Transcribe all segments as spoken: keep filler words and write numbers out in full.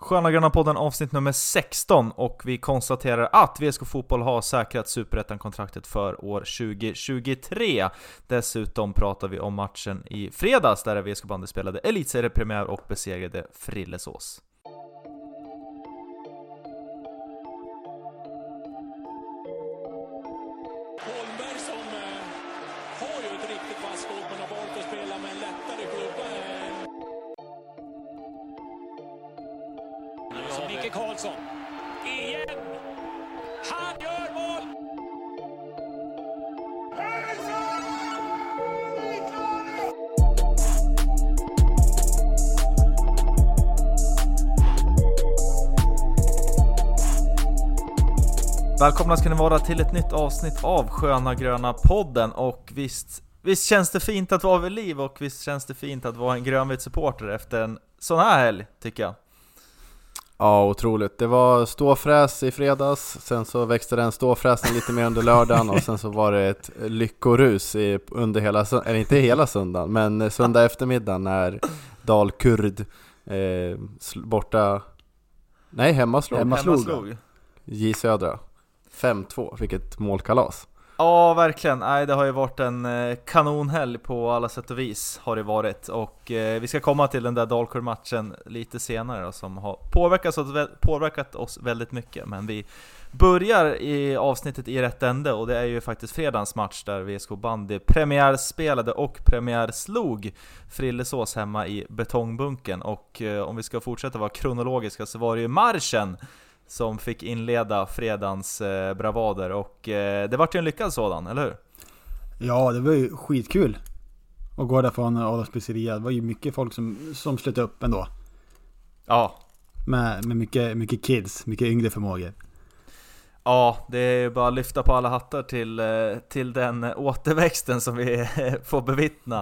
Sköna Gröna podden avsnitt nummer sexton och vi konstaterar att V S K Fotboll har säkrat Superettan-kontraktet för år tjugo tjugotre. Dessutom pratar vi om matchen i fredags där V S K bandy spelade elitseriepremiär och besegrade Frillesås. Holmberg som eh, har ju ett riktigt fast skott men har valt att spela med en lättare klubba. Så Micke Karlsson igen. Han gör mål. Välkomna ska ni vara till ett nytt avsnitt av Sköna Gröna podden. Och visst, visst känns det fint att vara vid liv och visst känns det fint att vara en grönvit supporter efter en sån här helg, tycker jag. Ja, otroligt. Det var ståfräs i fredags, sen så växte den ståfräsen lite mer under lördagen och sen så var det ett lyckorus i, under hela, eller inte hela söndagen, men söndag eftermiddag när Dalkurd eh, borta, nej hemmaslog, Hemmaslog. J Södra fem två, vilket målkalas. Ja, verkligen. Nej, det har ju varit en eh, kanonhelg på alla sätt och vis har det varit. Och eh, vi ska komma till den där Dalkurd-matchen lite senare då, som har påverkat oss, påverkat oss väldigt mycket. Men vi börjar i avsnittet i rätt ände och det är ju faktiskt fredagens match där V S K bandy premiärspelade och premiärslog Frillesås hemma i betongbunken. Och eh, om vi ska fortsätta vara kronologiska så var det ju marschen som fick inleda fredagens eh, bravader och eh, det var ju en lyckad sådan, eller hur? Ja, det var ju skitkul att gå där från Adolfs pizzeria. Det var ju mycket folk som, som slöt upp ändå. Ja. Med, med mycket, mycket kids, mycket yngre förmågor. Ja, det är bara att lyfta på alla hattar till, eh, till den återväxten som vi får bevittna.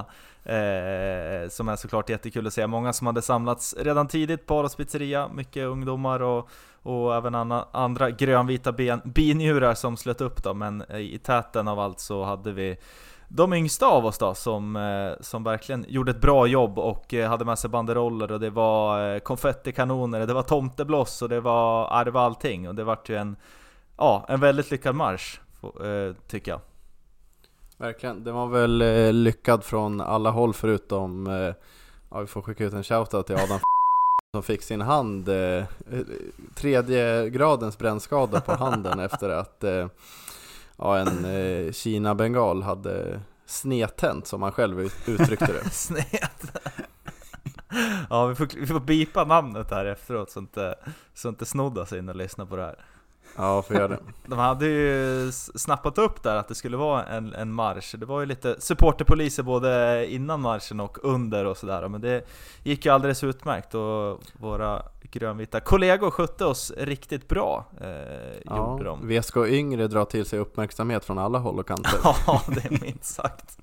Eh, som är såklart jättekul att se. Många som hade samlats redan tidigt på Adolfs pizzeria, mycket ungdomar och, och även anna, andra grönvita ben, binjurar som slöt upp då. Men i täten av allt så hade vi de yngsta av oss då som, eh, som verkligen gjorde ett bra jobb och eh, hade med sig banderoller och det var eh, konfettikanoner, det var tomtebloss och det var, ja, det var allting och det var ju en, ja, en väldigt lyckad marsch eh, tycker jag. Verkligen, det var väl eh, lyckad från alla håll förutom eh, ja, vi får skicka ut en shoutout till Adam som fick sin hand eh, tredje gradens brännskada på handen efter att eh, ja, en eh, Kina-bengal hade snetänt som han själv uttryckte det. Snet. Ja, vi får, vi får bipa namnet här efteråt så inte, så inte snodda sig in och lyssna på det här. Ja, för göra det. De hade ju snappat upp där att det skulle vara en, en marsch. Det var ju lite supporterpoliser både innan marschen och under och sådär. Men det gick ju alldeles utmärkt och våra grönvita kollegor skötte oss riktigt bra. Eh, ja, gjorde de. V S K yngre drar till sig uppmärksamhet från alla håll och kanter. Ja, det är minst sagt.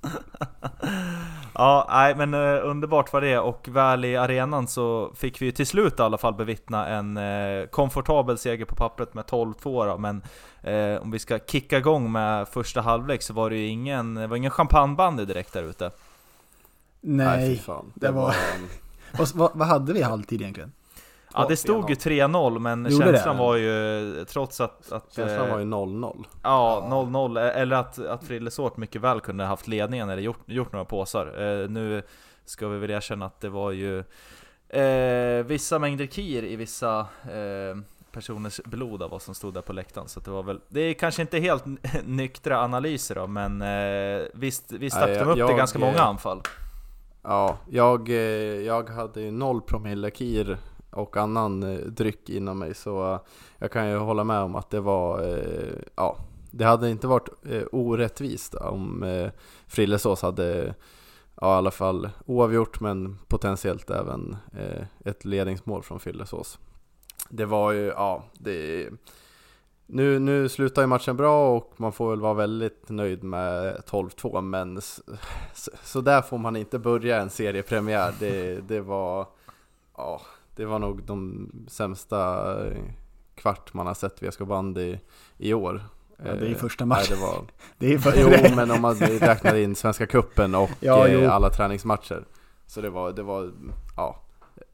Ja, nej, men eh, underbart var det. Och väl i arenan så fick vi ju till slut i alla fall bevittna en eh, komfortabel seger på pappret med tolv två då. Men eh, om vi ska kicka igång med första halvlek så var det ju ingen, det var ingen champagnebandy direkt där ute. Nej, Nej fan. det, det var... vad, vad, vad hade vi i halvtid egentligen? Ja, det stod ju tre noll, men Gjorde känslan det? var ju trots att... att känslan var ju noll noll. Ja, noll noll, eller att, att Frillesås mycket väl kunde haft ledningen eller gjort, gjort några påsar. Eh, nu ska vi väl erkänna att det var ju eh, vissa mängder kir i vissa eh, personers blod av vad som stod där på läktaren. Så det var väl, det är kanske inte helt nyktra analyser då, men eh, visst, visst stack de upp jag, det ganska många anfall. Ja, jag, jag hade ju noll promille kir och annan eh, dryck inom mig, så eh, jag kan ju hålla med om att det var eh, ja, det hade inte varit eh, orättvist om eh, Frillesås hade ja, i alla fall oavgjort men potentiellt även eh, ett ledningsmål från Frillesås. Det var ju ja, det nu nu slutar ju matchen bra och man får väl vara väldigt nöjd med tolv två, men så, så där får man inte börja en seriepremiär. Det det var ja Det var nog de sämsta kvart man har sett V S K bandy i år. Ja, det är ju första matchen. Nej, det var... det är för... Jo, men om man räknar in Svenska cupen och ja, alla träningsmatcher. Så det var, det var ja,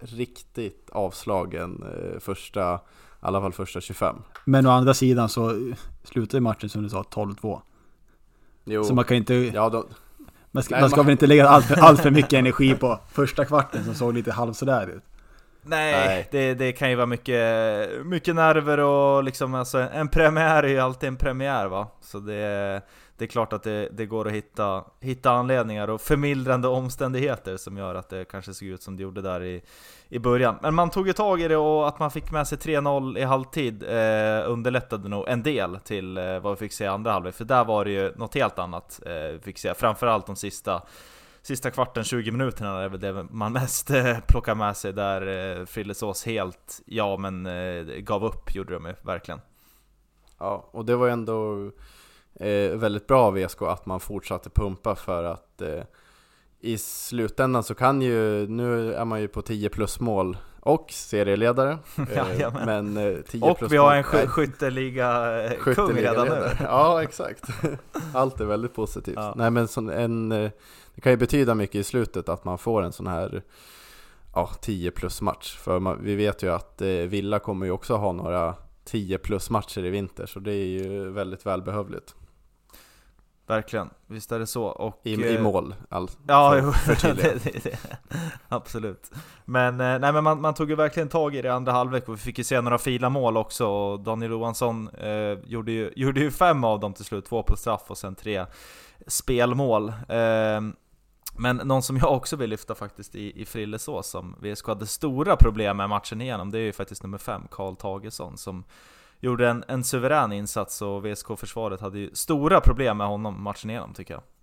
riktigt avslagen eh, första, i alla fall första tjugofem. Men å andra sidan så slutar matchen som du sa tolv två. Jo. Så man kan inte... Ja, då, Man ska, Nej, man ska man- väl inte lägga allt för, allt för mycket energi på första kvarten som såg lite halv sådär ut. Nej, Nej. Det, det kan ju vara mycket, mycket nerver och liksom, alltså, en premiär är ju alltid en premiär, va? Så det, det är klart att det, det går att hitta, hitta anledningar och förmildrande omständigheter som gör att det kanske såg ut som det gjorde där i, i början. Men man tog ju tag i det, och att man fick med sig tre noll i halvtid eh, underlättade nog en del till eh, vad vi fick se i andra halvlek. För där var det ju något helt annat eh, vi fick se, framförallt de sista Sista kvarten, tjugo minuterna är väl det man mest eh, plockar med sig, där eh, Frillesås helt, ja men eh, gav upp, gjorde de ju verkligen. ja, och det var ju ändå eh, väldigt bra av V S K att man fortsatte pumpa, för att eh, i slutändan så kan ju, nu är man ju på tio plus mål och serieledare, eh, Jajamän. men eh, tio Och plus vi har mål, en sky- nej, skytteliga eh, kung skytteliga redan nu. ledare. Ja, exakt. Allt är väldigt positivt. Ja. Nej, men sån, en, eh, det kan ju betyda mycket i slutet att man får en sån här ja, tio plus match. För man, vi vet ju att eh, Villa kommer ju också ha några tio plus matcher i vinter, så det är ju väldigt välbehövligt. Verkligen, visst är det så. Och, I, eh, i mål. All, Ja, för, jo, för det, det, det. Absolut. Men, eh, nej, men man, man tog ju verkligen tag i det andra halvlek, och vi fick ju se några fina mål också. Och Daniel Johansson eh, gjorde, ju, gjorde ju fem av dem till slut, två på straff och sen tre spelmål. Eh, men någon som jag också vill lyfta faktiskt i, i Frillesås, som V S K hade stora problem med matchen igenom, det är ju faktiskt nummer fem, Karl Tagesson, som gjorde en, en suverän insats, och V S K-försvaret hade ju stora problem med honom matchen igenom, tycker jag.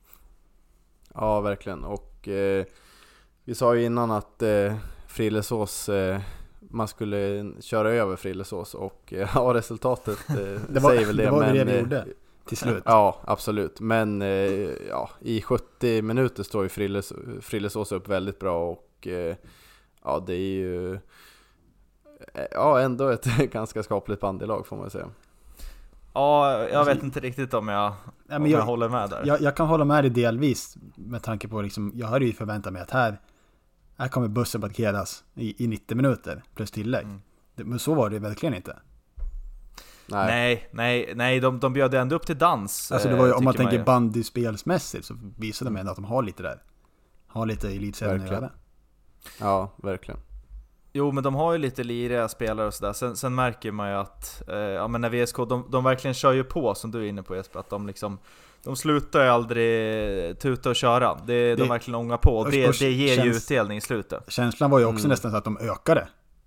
Ja, verkligen. Och eh, vi sa ju innan att eh, Frillesås, eh, man skulle köra över Frillesås, och eh, ja, resultatet eh, Det var säger väl det. det, var men, det vi eh, gjorde till slut. Ja, absolut. Men eh, ja, i sjuttio minuter står ju Frilles, Frillesås upp väldigt bra, och eh, ja, det är ju eh, ja, ändå ett ganska skapligt bandelag, får man säga. Ja, jag vet inte riktigt om jag, Ja, men om jag, jag- håller med där. Jag, jag kan hålla med dig delvis, med tanke på liksom, jag hade ju förväntat mig att här, här kommer bussen parkeras i, i nittio minuter plus tillägg. Mm. Det, men så var det verkligen inte. Nej. Nej, nej, nej, de, de bjöd ändå upp till dans. Alltså det var ju, eh, om man tycker tänker ju. bandyspelsmässigt, så visar de ändå att de har lite där. Har lite elitserien att Verkligen. göra. Ja, verkligen. Jo, men de har ju lite liriga spelare och sådär. Sen, sen märker man ju att eh, ja, men när V S K, de, de verkligen kör ju på, som du är inne på, Jesper, att de liksom, de slutar ju aldrig tuta och köra. Det, de Det- verkligen ångar på, och det, och det ger ju känns- utdelning i slutet. Känslan var ju också Mm. nästan så att de ökade.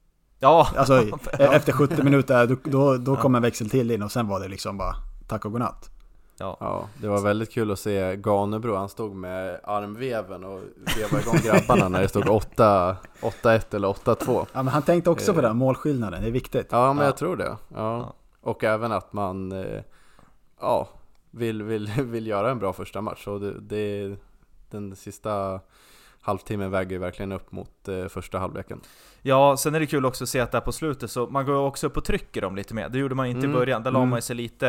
Ja, Alltså e- ja. efter sjuttio minuter, då, då, då Ja. kom en växel till in, och sen var det liksom bara tack och godnatt. ja. Ja, det var väldigt kul att se Ganebro. Han stod med armveven och vevade igång grabbarna när det stod åtta ett eller åtta två. Ja, men han tänkte också på det här, målskillnaden, det är viktigt. Ja, men Ja. jag tror det. Ja. Ja. Och även att man eh, ja, vill, vill, vill göra en bra första match. Och det, det, den sista halvtimmen väger ju verkligen upp mot eh, första halvleken. Ja, sen är det kul också att se att där på slutet, så man går också upp och trycker dem lite mer. Det gjorde man inte Mm. i början. Där la Mm. man sig lite,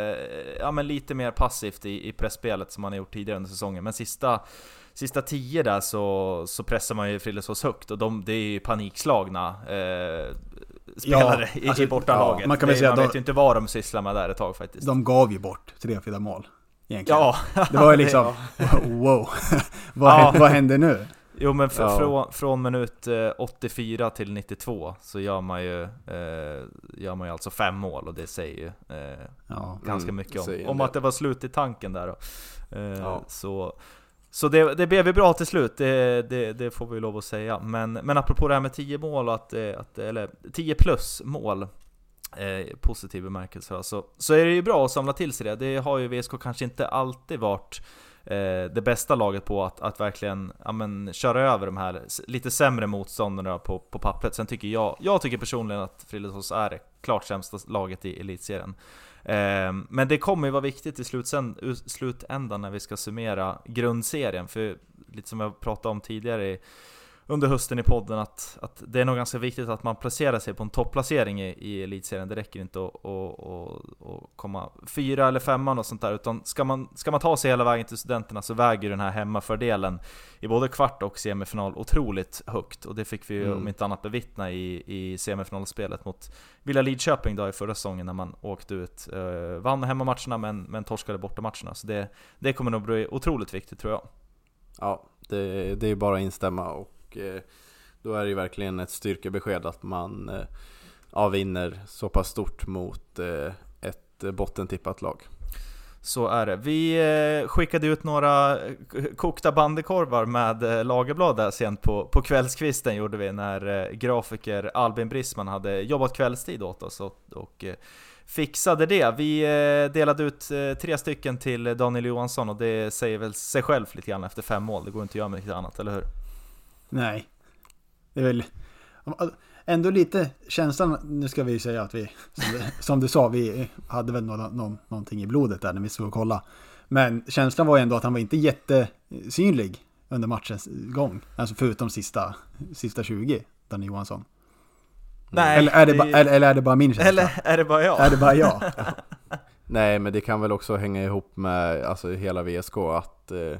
ja, men lite mer passivt i, i pressspelet, som man har gjort tidigare under säsongen. Men sista, sista tio där så, så pressar man ju Frillesås högt, och de, det är ju panikslagna eh, spelare Ja, i, alltså, i bortalaget. ja, man kan väl Det- säga man att vet de- ju inte vad de sysslar med där ett tag faktiskt. De gav ju bort tre, fyra mål egentligen. Ja, Det var ju liksom, wow, vad, Ja. händer, vad händer nu? Jo, men fr- Ja. från, från minut eh, åttiofyra till nittiotvå så gör man ju eh, gör man ju alltså fem mål, och det säger ju eh, Ja. ganska Mm, mycket säger om, om det. att det var slut i tanken där då. Eh, Ja. Så, så det, det blev ju bra till slut, det, det, det får vi lov att säga. Men, men apropå det här med tio mål, och att, eh, att, eller tio plus mål, eh, positiv bemärkelse, så, så är det ju bra att samla till sig det. Det har ju V S K kanske inte alltid varit eh, det bästa laget på att, att verkligen ja, men, köra över de här s- lite sämre motståndarna på, på pappret. Sen tycker jag, jag tycker personligen att Frillesås är det klart sämsta laget i elitserien. Eh, men det kommer ju vara viktigt i slutsen, u- slutändan när vi ska summera grundserien. För lite som jag pratade om tidigare i under hösten i podden att, att det är nog ganska viktigt att man placerar sig på en topplacering i, i elitserien. Det räcker inte att, att, att, att komma fyra eller femman och sånt där, utan ska man, ska man ta sig hela vägen till Studenterna så väger den här hemmafördelen i både kvart och semifinal otroligt högt, och det fick vi ju mm. om inte annat bevittna i, i semifinalspelet mot Villa Lidköping då i förra säsongen när man åkte ut, eh, vann hemmamatcherna men, men torskade bortamatcherna, så det, det kommer nog bli otroligt viktigt tror jag. Ja, det, det är bara att instämma, och eh, då är det ju verkligen ett styrkebesked att man eh, ja, vinner så pass stort mot eh, ett bottentippat lag. Så är det. Vi eh, skickade ut några kokta bandekorvar med eh, lagerblad där sent på, på kvällskvisten gjorde vi, när eh, grafiker Albin Brisman hade jobbat kvällstid åt oss och, och eh, fixade det. Vi eh, delade ut eh, tre stycken till Daniel Johansson, och det säger väl sig själv lite grann efter fem mål. Det går inte att göra mycket annat, eller hur? Nej. Det är väl ändå lite känslan, nu ska vi säga att vi, som du, som du sa, vi hade väl någon, någon, någonting i blodet där när vi såg och kolla. Men känslan var ändå att han var inte jättesynlig under matchens gång. Alltså förutom sista, sista tjugo, Daniel Johansson. Nej, eller, är det det... ba, eller, eller är det bara min känsla? Eller är det bara jag? Är det bara jag? Nej, men det kan väl också hänga ihop med alltså, hela V S K att eh,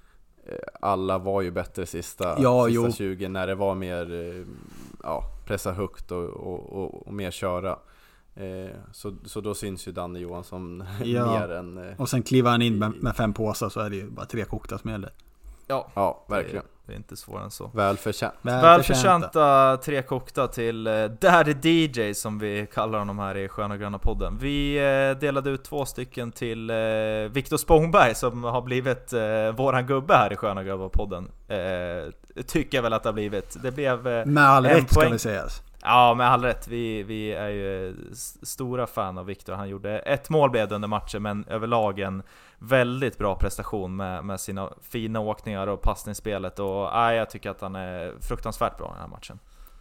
alla var ju bättre sista, ja, sista jo. tjugo när det var mer eh, ja, pressa högt och, och, och, och mer köra. Eh, så, så då syns ju Danne Johansson ja. mer än... Eh, och sen kliver han in med, med fem påsar, så är det ju bara tre kokta som gäller. Ja, ja, verkligen. Det, det är inte svårare än så. Välförtjänt. Välförtjänta tre kokta till uh, Daddy D J som vi kallar honom här i Sköna Gröna podden. Vi uh, delade ut två stycken till uh, Viktor Spångberg som har blivit uh, våran gubbe här i Sköna Gröna podden. Uh, tycker jag väl att det har blivit. Det blev uh, med all rätt poäng. Ska vi säga. Ja, med all rätt. Vi, vi är ju stora fan av Viktor. Han gjorde ett mål blev under matchen, men överlag en väldigt bra prestation med, med sina fina åkningar och passningsspelet. Och ja, jag tycker att han är fruktansvärt bra i den här matchen.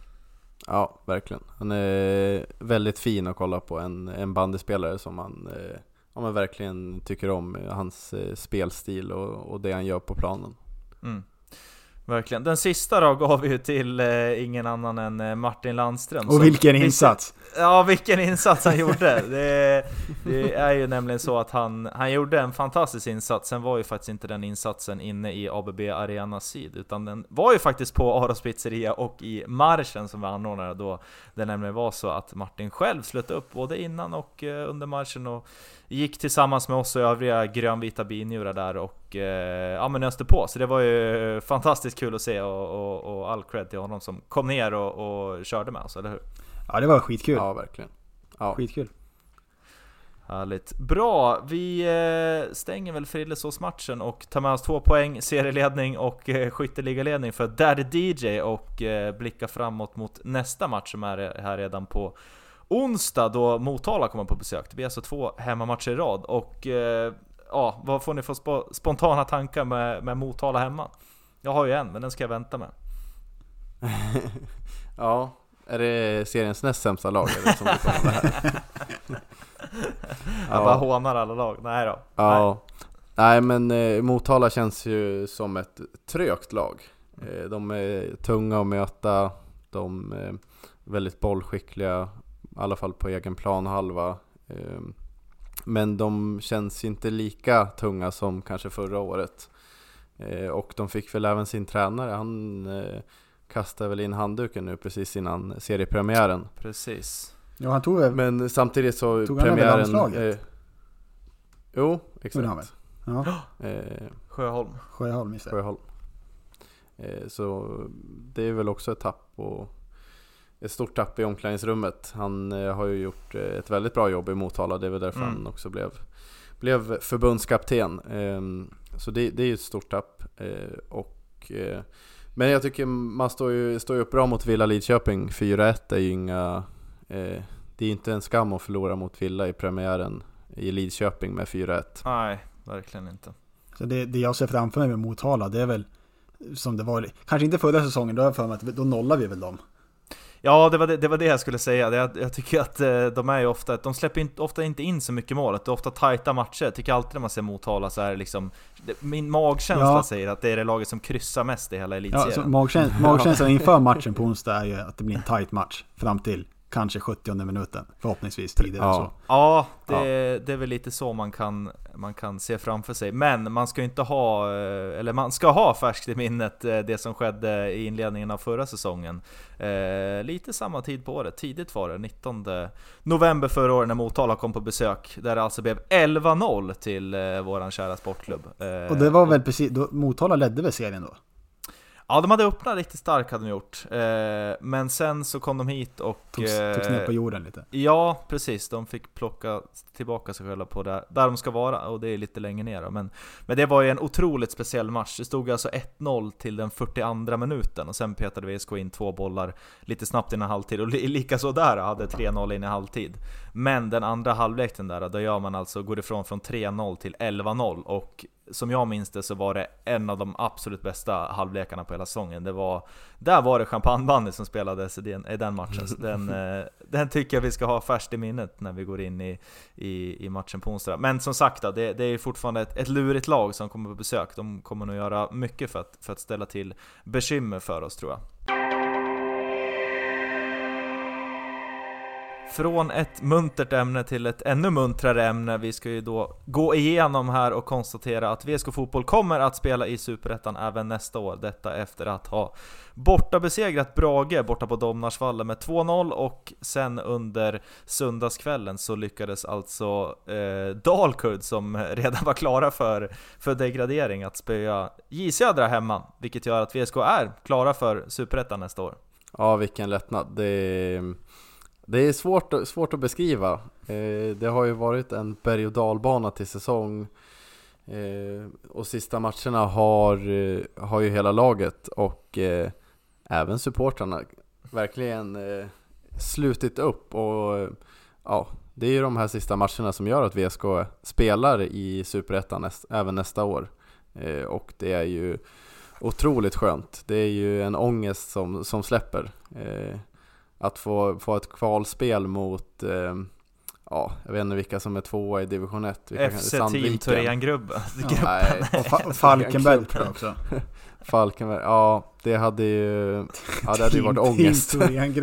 Ja, verkligen. Han är väldigt fin att kolla på. En, en bandyspelare som man, eh, ja, man verkligen tycker om. Hans eh, spelstil och, och det han gör på planen. Mm. Verkligen. Den sista då gav vi ju till eh, ingen annan än eh, Martin Landström. Och vilken insats! Ja, vilken insats han gjorde. Det, det är ju nämligen så att han, han gjorde en fantastisk insats. Sen var ju faktiskt inte den insatsen inne i A B B Arena Syd, utan den var ju faktiskt på Aros Pizzeria och i marschen som vi anordnade då. Det nämligen var så att Martin själv slöt upp både innan och eh, under marschen och gick tillsammans med oss och övriga grönvita binjurar där och eh, ja, men öste på. Så det var ju fantastiskt kul att se, och, och, och all cred till honom som kom ner och, och körde med oss, eller hur? Ja, det var skitkul. Ja, verkligen. Ja. Skitkul. Härligt. Bra, vi eh, stänger väl Frillesås-matchen och tar med oss två poäng, serieledning och eh, skytteligaledning för Daddy D J och eh, blickar framåt mot nästa match som är här redan på onsdag då Motala kommer på besök. Det blir alltså två hemmamatcher i rad. Och eh, ja, vad får ni för sp- spontana tankar med, med Motala hemma? Jag har ju en, men den ska jag vänta med. Ja, är det seriens näst sämsta lag eller som det kommer här? Jag ja. bara hånar alla lag. Nej då. Ja. Nej, men eh, Motala känns ju som ett trögt lag. Eh, de är tunga att möta. De är väldigt bollskickliga, i alla fall på egen planhalva. Men de känns inte lika tunga som kanske förra året. Och de fick väl även sin tränare. Han kastade väl in handduken nu precis innan seriepremiären. Precis. Ja, han tog väl. Men samtidigt så tog premiären... Han eh, jo, exakt. Ja. Eh, Sjöholm. Sjöholm, Sjöholm. Eh, så det är väl också ett tapp och ett stort tapp i omklädningsrummet. Han eh, har ju gjort eh, ett väldigt bra jobb i Motala. Det är väl därför mm. han också blev, blev förbundskapten. Eh, så det, det är ju ett stort tapp. Eh, och, eh, men jag tycker man står ju, står ju upp bra mot Villa Lidköping. fyra ett är ju inga... Eh, det är inte en skam att förlora mot Villa i premiären i Lidköping med fyra ett. Nej, verkligen inte. Så det, det jag ser framför mig med Motala, det är väl som det var, kanske inte förra säsongen, då har jag för mig att då nollar vi väl dem. Ja, det var det, det var det jag skulle säga. Det, jag, jag tycker att eh, de är ju ofta, de släpper inte, ofta inte in så mycket mål. Det är ofta tajta matcher. Jag tycker alltid när man ser Motala så är liksom, det, min magkänsla Ja. säger att det är det laget som kryssar mest i hela Ja, elitserien. så magkäns- magkänslan inför matchen på onsdag är ju att det blir en tight match fram till kanske sjuttionde minuten, förhoppningsvis tidigare. Ja. Så. Ja, det, Ja. det är väl lite så man kan, man kan se framför sig. Men man ska inte ha, eller man ska ha färskt i minnet det som skedde i inledningen av förra säsongen. Eh, lite samma tid på året, tidigt var det, nittonde november förra året när Motala kom på besök. Där det alltså blev elva noll till eh, våran kära sportklubb. Eh, Och det var väl precis, då, Motala ledde väl serien då? Ja, de hade öppnat riktigt starkt hade de gjort. Eh, men sen så kom de hit och... Togs, togs ner på jorden lite. Ja, precis. De fick plocka tillbaka sig själva på där, där de ska vara, och det är lite längre ner. Men, men det var ju en otroligt speciell match. Det stod alltså ett noll till den fyrtioandra minuten, och sen petade V S K in två bollar lite snabbt innan halvtid. Och li, lika så där hade tre noll in i halvtid. Men den andra halvleken där, då gör man alltså, går ifrån från tre noll till elva noll. Och som jag minns det så var det en av de absolut bästa halvlekarna på hela säsongen. Det var, där var det champagnebandy som spelades i den, i den matchen. Så den, den tycker jag vi ska ha färskt i minnet när vi går in i, i, i matchen på onsdag. Men som sagt då, det, det är fortfarande ett, ett lurigt lag som kommer på besök. De kommer nog göra mycket för att, för att ställa till bekymmer för oss, tror jag. Från ett muntert ämne till ett ännu muntrare ämne. Vi ska ju då gå igenom här och konstatera att V S K Fotboll kommer att spela i Superettan även nästa år. Detta efter att ha borta besegrat Brage borta på Domnarsvallen med två noll, och sen under söndagskvällen så lyckades alltså eh, Dalkurd, som redan var klara för, för degradering, att spöa J Södra hemma, vilket gör att V S K är klara för Superettan nästa år. Ja, vilken lättnad. Det är, det är svårt, svårt att beskriva. Eh, det har ju varit en berg- och dalbana till säsong. Eh, och sista matcherna har, eh, har ju hela laget och eh, även supportrarna verkligen eh, slutit upp. Och eh, ja, det är ju de här sista matcherna som gör att V S K spelar i Superettan näst, även nästa år. Eh, och det är ju otroligt skönt. Det är ju en ångest som, som släpper. Eh, att få, få ett kvalspel mot eh, ja, jag vet inte vilka som är tvåa i division ett. F C Team Thorengruppen. Nej, Och Fa- Falkenberg tror jag också. Falkenberg, ja, det hade ju ja, det hade ju varit ångest.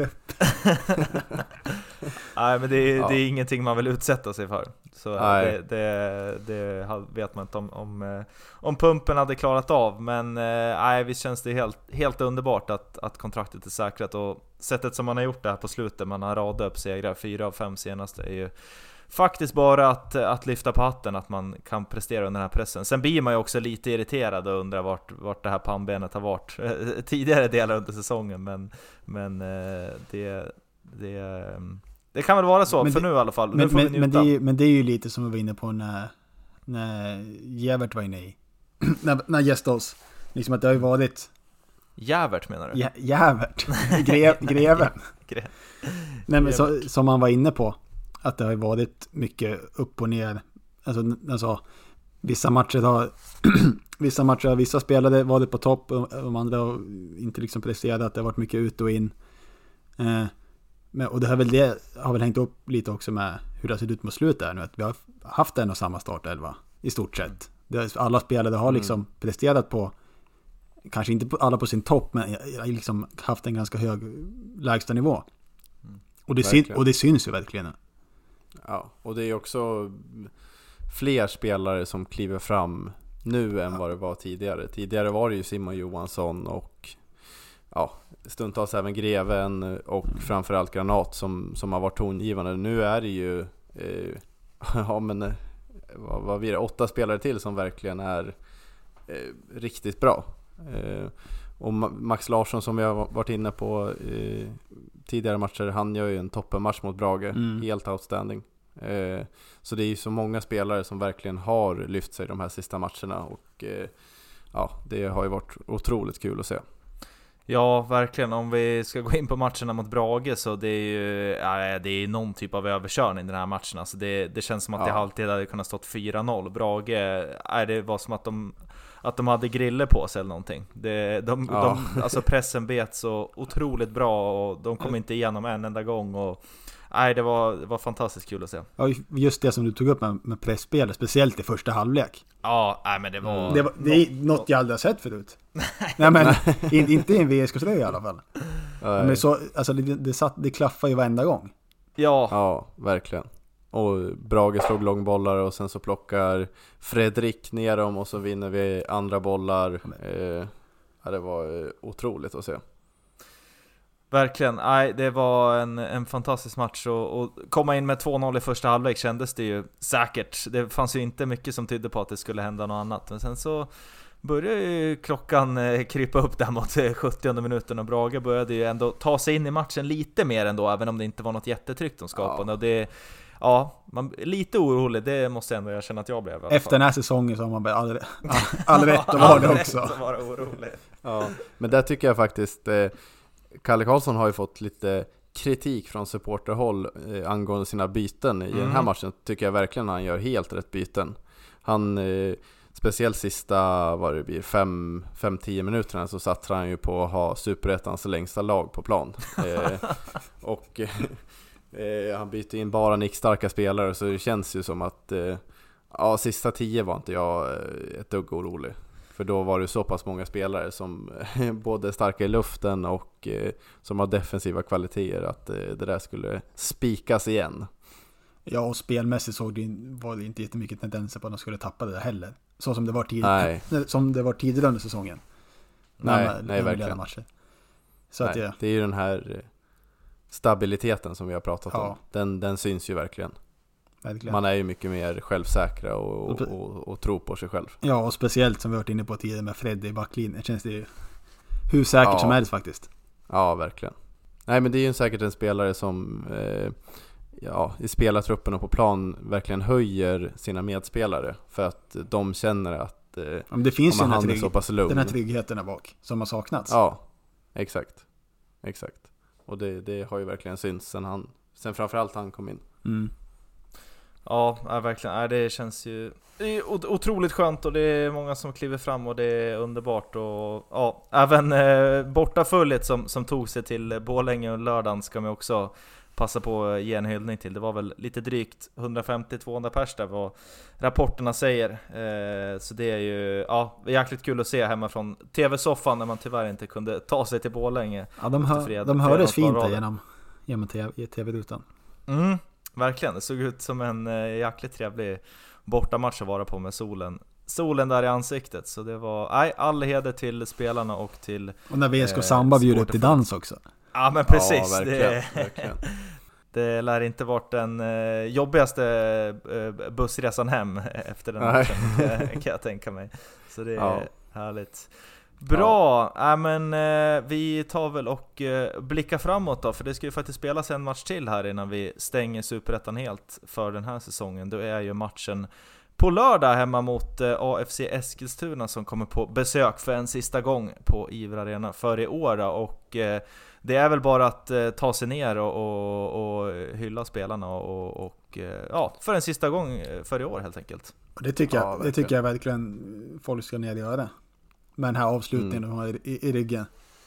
Nej, men det är, Ja. det är ingenting man vill utsätta sig för. Så Nej. det, det, det vet man inte om, om, om pumpen hade klarat av. Men nej, visst känns det helt, helt underbart att, att kontraktet är säkrat. Och sättet som man har gjort det här på slutet, man har radat upp segrar, fyra av fem senaste, är ju faktiskt bara att, att lyfta på hatten, att man kan prestera under den här pressen. Sen blir man ju också lite irriterad och undrar vart, vart det här pannbenet har varit tidigare delar under säsongen. Men, men det, det, det kan väl vara så men för det, nu i alla fall. Men, nu får men, vi men, njuta. det är, men det är ju lite som vi var inne på när, när Jävert var inne i när, när gästade oss. Liksom att det har ju varit Jävert menar du? Jä, Jävert Gre, Greven Gre- Nej, men så, som man var inne på, att det har ju varit mycket upp och ner. Alltså, alltså vissa matcher har vissa matcher har vissa spelare varit på topp och de andra har inte liksom presterat. Det har varit mycket ut och in. Eh, men, och det har väl det har väl hängt upp lite också med hur det har sett ut mot slutet där nu, att vi har haft en och samma startelva i stort sett. Det, alla spelare har liksom mm. presterat på, kanske inte på, alla på sin topp, men jag har liksom haft en ganska hög lägsta nivå. Mm. Och, det syn, och det syns ju verkligen. Ja, och det är också fler spelare som kliver fram nu än ja. vad det var tidigare. Tidigare var det ju Simon Johansson och ja, stundtals även Greven och mm. framförallt Granat som, som har varit tongivande. Nu är det ju eh, ja men eh, vad, vad blir det? Åtta spelare till som verkligen är eh, riktigt bra. Eh, och Max Larsson som jag varit inne på eh, tidigare matcher, han gör ju en toppenmatch mot Brage, mm. helt outstanding. Eh, så det är ju så många spelare som verkligen har lyft sig de här sista matcherna och eh, ja, det har ju varit otroligt kul att se. Ja, verkligen. Om vi ska gå in på matcherna mot Brage, så det är ju ja, det är någon typ av överkörning i den här matchen. Alltså det, det känns som att ja. det alltid hade kunnat stått fyra noll. Brage, är det var som att de att de hade griller på sig eller någonting. Det, de, Ja. de, alltså pressen bet så otroligt bra och de kom inte igenom en enda gång. Och, nej, det var, det var fantastiskt kul att se. Ja, just det som du tog upp med, med pressspelet, speciellt i första halvlek. Ja, nej, men det var... Det, var, det är något jag aldrig har sett förut. Nej, men in, inte i en V S K-tröja i alla fall. Nej. Men så, alltså, det, det, satt, det klaffar ju varenda gång. Ja, Ja, verkligen. Och Brage slog långbollar och sen så plockar Fredrik ner dem och så vinner vi andra bollar. Eh, ja, det var eh, otroligt att se. verkligen. Nej, det var en, en fantastisk match och, och komma in med två noll i första halvlek kändes det ju säkert. Det fanns ju inte mycket som tydde på att det skulle hända något annat. Men sen så började ju klockan eh, krypa upp där mot eh, sjuttionde minuten och Brage började ju ändå ta sig in i matchen lite mer ändå, även om det inte var något jättetryck de skapade. Ja. Och det, ja, man lite orolig, det måste jag ändå erkänna att jag blev. Efter den här säsongen så har man all, all, all rätt att vara det också. All rätt att vara orolig. Ja, men där tycker jag faktiskt eh, Kalle Karlsson har ju fått lite kritik från supporterhåll eh, angående sina byten. I Mm. den här matchen tycker jag verkligen han gör helt rätt byten. Han, eh, speciellt sista, vad det blir, fem till tio minuterna så satsar han ju på att ha Superettans längsta lag på plan. Eh, och eh, han byter in bara nickstarka spelare, så det känns ju som att eh, ja, sista tio var inte jag eh, ett dugg orolig. För då var det så pass många spelare som både är starka i luften och eh, som har defensiva kvaliteter att eh, det där skulle spikas igen. Ja, och spelmässigt såg det, var det inte jättemycket tendenser på att de skulle tappa det där heller. Så som det var tidigare, som det var tidigare under säsongen. Nej, man, nej verkligen. Matcher. Så nej, att det, det är ju den här stabiliteten som vi har pratat ja. om. Den, den syns ju verkligen. verkligen. Man är ju mycket mer självsäkra och, och, och, och tror på sig själv. Ja, och speciellt som vi har varit inne på tidigare med Fred i backlinjen känns det ju hur säkert Ja. som helst faktiskt. Ja, verkligen. Nej, men det är ju säkert en spelare som eh, ja, i spelartruppen och på plan verkligen höjer sina medspelare för att de känner att eh, Men det finns ju den här, han är trygg, så pass lugn. den här tryggheten där bak som har saknats. Ja, exakt. Exakt. Och det, det har ju verkligen synts sen han, sen framförallt han kom in. Mm. Ja, ja, verkligen. Ja, det känns ju det är otroligt skönt och det är många som kliver fram och det är underbart. Och ja, även eh, bortaföljet som, som tog sig till Borlänge och lördagen ska man också passa på att ge en hyllning till. Det var väl lite drygt hundrafemtio till tvåhundra pers där vad rapporterna säger. Eh, så det är ju ja, jäkligt kul att se hemma från tv-soffan när man tyvärr inte kunde ta sig till Borlänge. Ja, de, hör, fred, de hördes fint fredag. där genom, genom tv-rutan. Mm, verkligen, det såg ut som en eh, jäkligt trevlig bortamatch att vara på med solen solen där i ansiktet. Så det var nej, all heder till spelarna och till Och när V S K eh, Samba bjuder upp till dans också. Ja, men precis. Ja, verkligen, det, verkligen. det lär inte varit den eh, jobbigaste eh, bussresan hem efter den Nej. matchen kan, kan jag tänka mig. Så det är Ja. härligt. Bra, ja. äh, men eh, vi tar väl och eh, blickar framåt då, för det ska ju faktiskt spelas en match till här innan vi stänger Superettan helt för den här säsongen. Då är ju matchen på lördag hemma mot eh, A F C Eskilstuna som kommer på besök för en sista gång på Iver Arena för i år då. Och eh, det är väl bara att eh, ta sig ner och, och, och hylla spelarna och, och eh, ja, för en sista gång för i år helt enkelt. Och det tycker, Ja, jag, det tycker jag verkligen folk ska ner och göra. Med den här avslutningen Mm. de har i, i, i ryggen.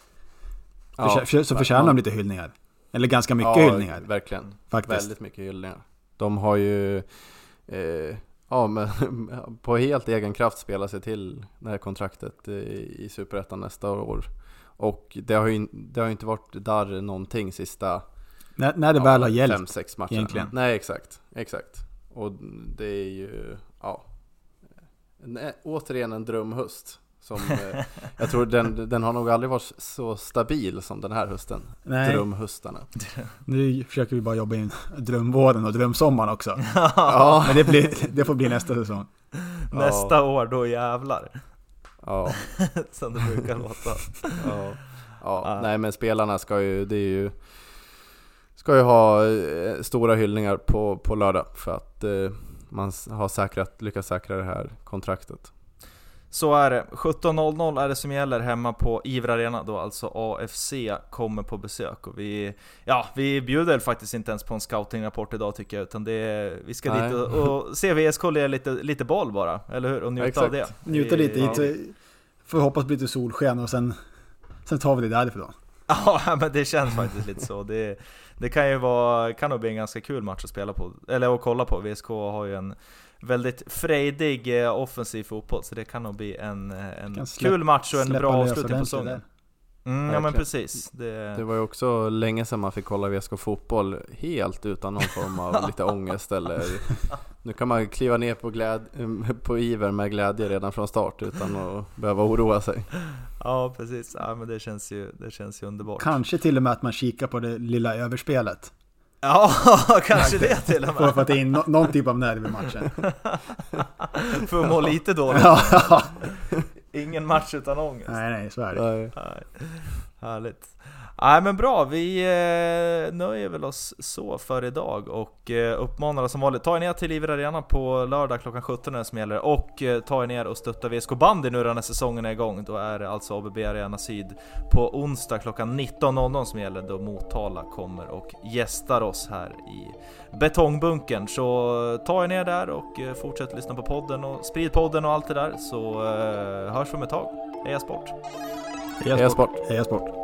Ja, För, för, så förtjänar man- de lite hyllningar. Eller ganska mycket ja, hyllningar. Verkligen. Faktiskt. Väldigt mycket hyllningar. De har ju eh, ja, men, på helt egen kraft spelat sig till det här kontraktet i, i Superettan nästa år. Och det har ju, det har ju inte varit där någonting sista När, när det väl har hjälpt. fem, sex matcher. egentligen. Nej, exakt. Exakt. Och det är ju ja, en, återigen en drömhöst. Som, eh, jag tror den, den har nog aldrig varit så stabil som den här hösten. Nej. Drömhöstarna. Nu försöker vi bara jobba in drömvården och drömsommaren också. Ja. Men det, blir, det får bli nästa säsong. Nästa år då jävlar. Ja. Som det brukar låta. Ja. Ja. Ja. Nej, men spelarna ska ju, det är ju ska ju ha eh, stora hyllningar på, på lördag för att eh, man har säkrat, lyckats säkra det här kontraktet. Så är det. sjutton noll noll är det som gäller hemma på Iver Arena då, alltså A F C kommer på besök. Och vi, ja, vi bjuder faktiskt inte ens på en scoutingrapport idag tycker jag, utan det är, vi ska Nej. dit och, och se V S K lite, lite boll bara, eller hur? Och njuta Exakt. av det. Njuta lite, Ja. hit, får hoppas bli lite solsken och sen, sen tar vi det därifrån. Ja, men det känns faktiskt lite så. Det, det kan ju vara, kan nog bli en ganska kul match att spela på, eller att kolla på. V S K har ju en väldigt frejdig eh, offensiv fotboll, så det kan nog bli en, en Kan släpp- kul match och en släppa bra lös avslutning på ordentligt säsongen. där. Mm, ja men Verkligen. precis. Det, Det var ju också länge sedan man fick kolla V S K fotboll helt utan någon form av lite ångest eller nu kan man kliva ner på, gläd- på Iver med glädje redan från start utan att behöva oroa sig. ja precis. Ja, men det känns ju, det känns ju underbart. Kanske till och med att man kikar på det lilla överspelet. Ja, kanske det till och För att med. få in no- någon typ av nerv i matchen. För att må lite dåligt. Ja. Ingen match utan ångest. Nej, nej, så är det. Nej. Nej, härligt. Nej men bra, vi eh, nöjer väl oss så för idag och eh, uppmanar som vanligt, ta er ner till Iver Arena på lördag klockan sjutton när som gäller och eh, ta er ner och stötta V S K bandy nu när säsongen är igång. Då är det alltså A B B Arena Syd på onsdag klockan nitton noll noll som gäller, då Motala kommer och gästar oss här i betongbunkern. Så ta er ner där och eh, fortsätt lyssna på podden och sprid podden och allt det där, så eh, hörs vi om ett tag. Heja sport! Heja Heja sport! sport. Heja sport!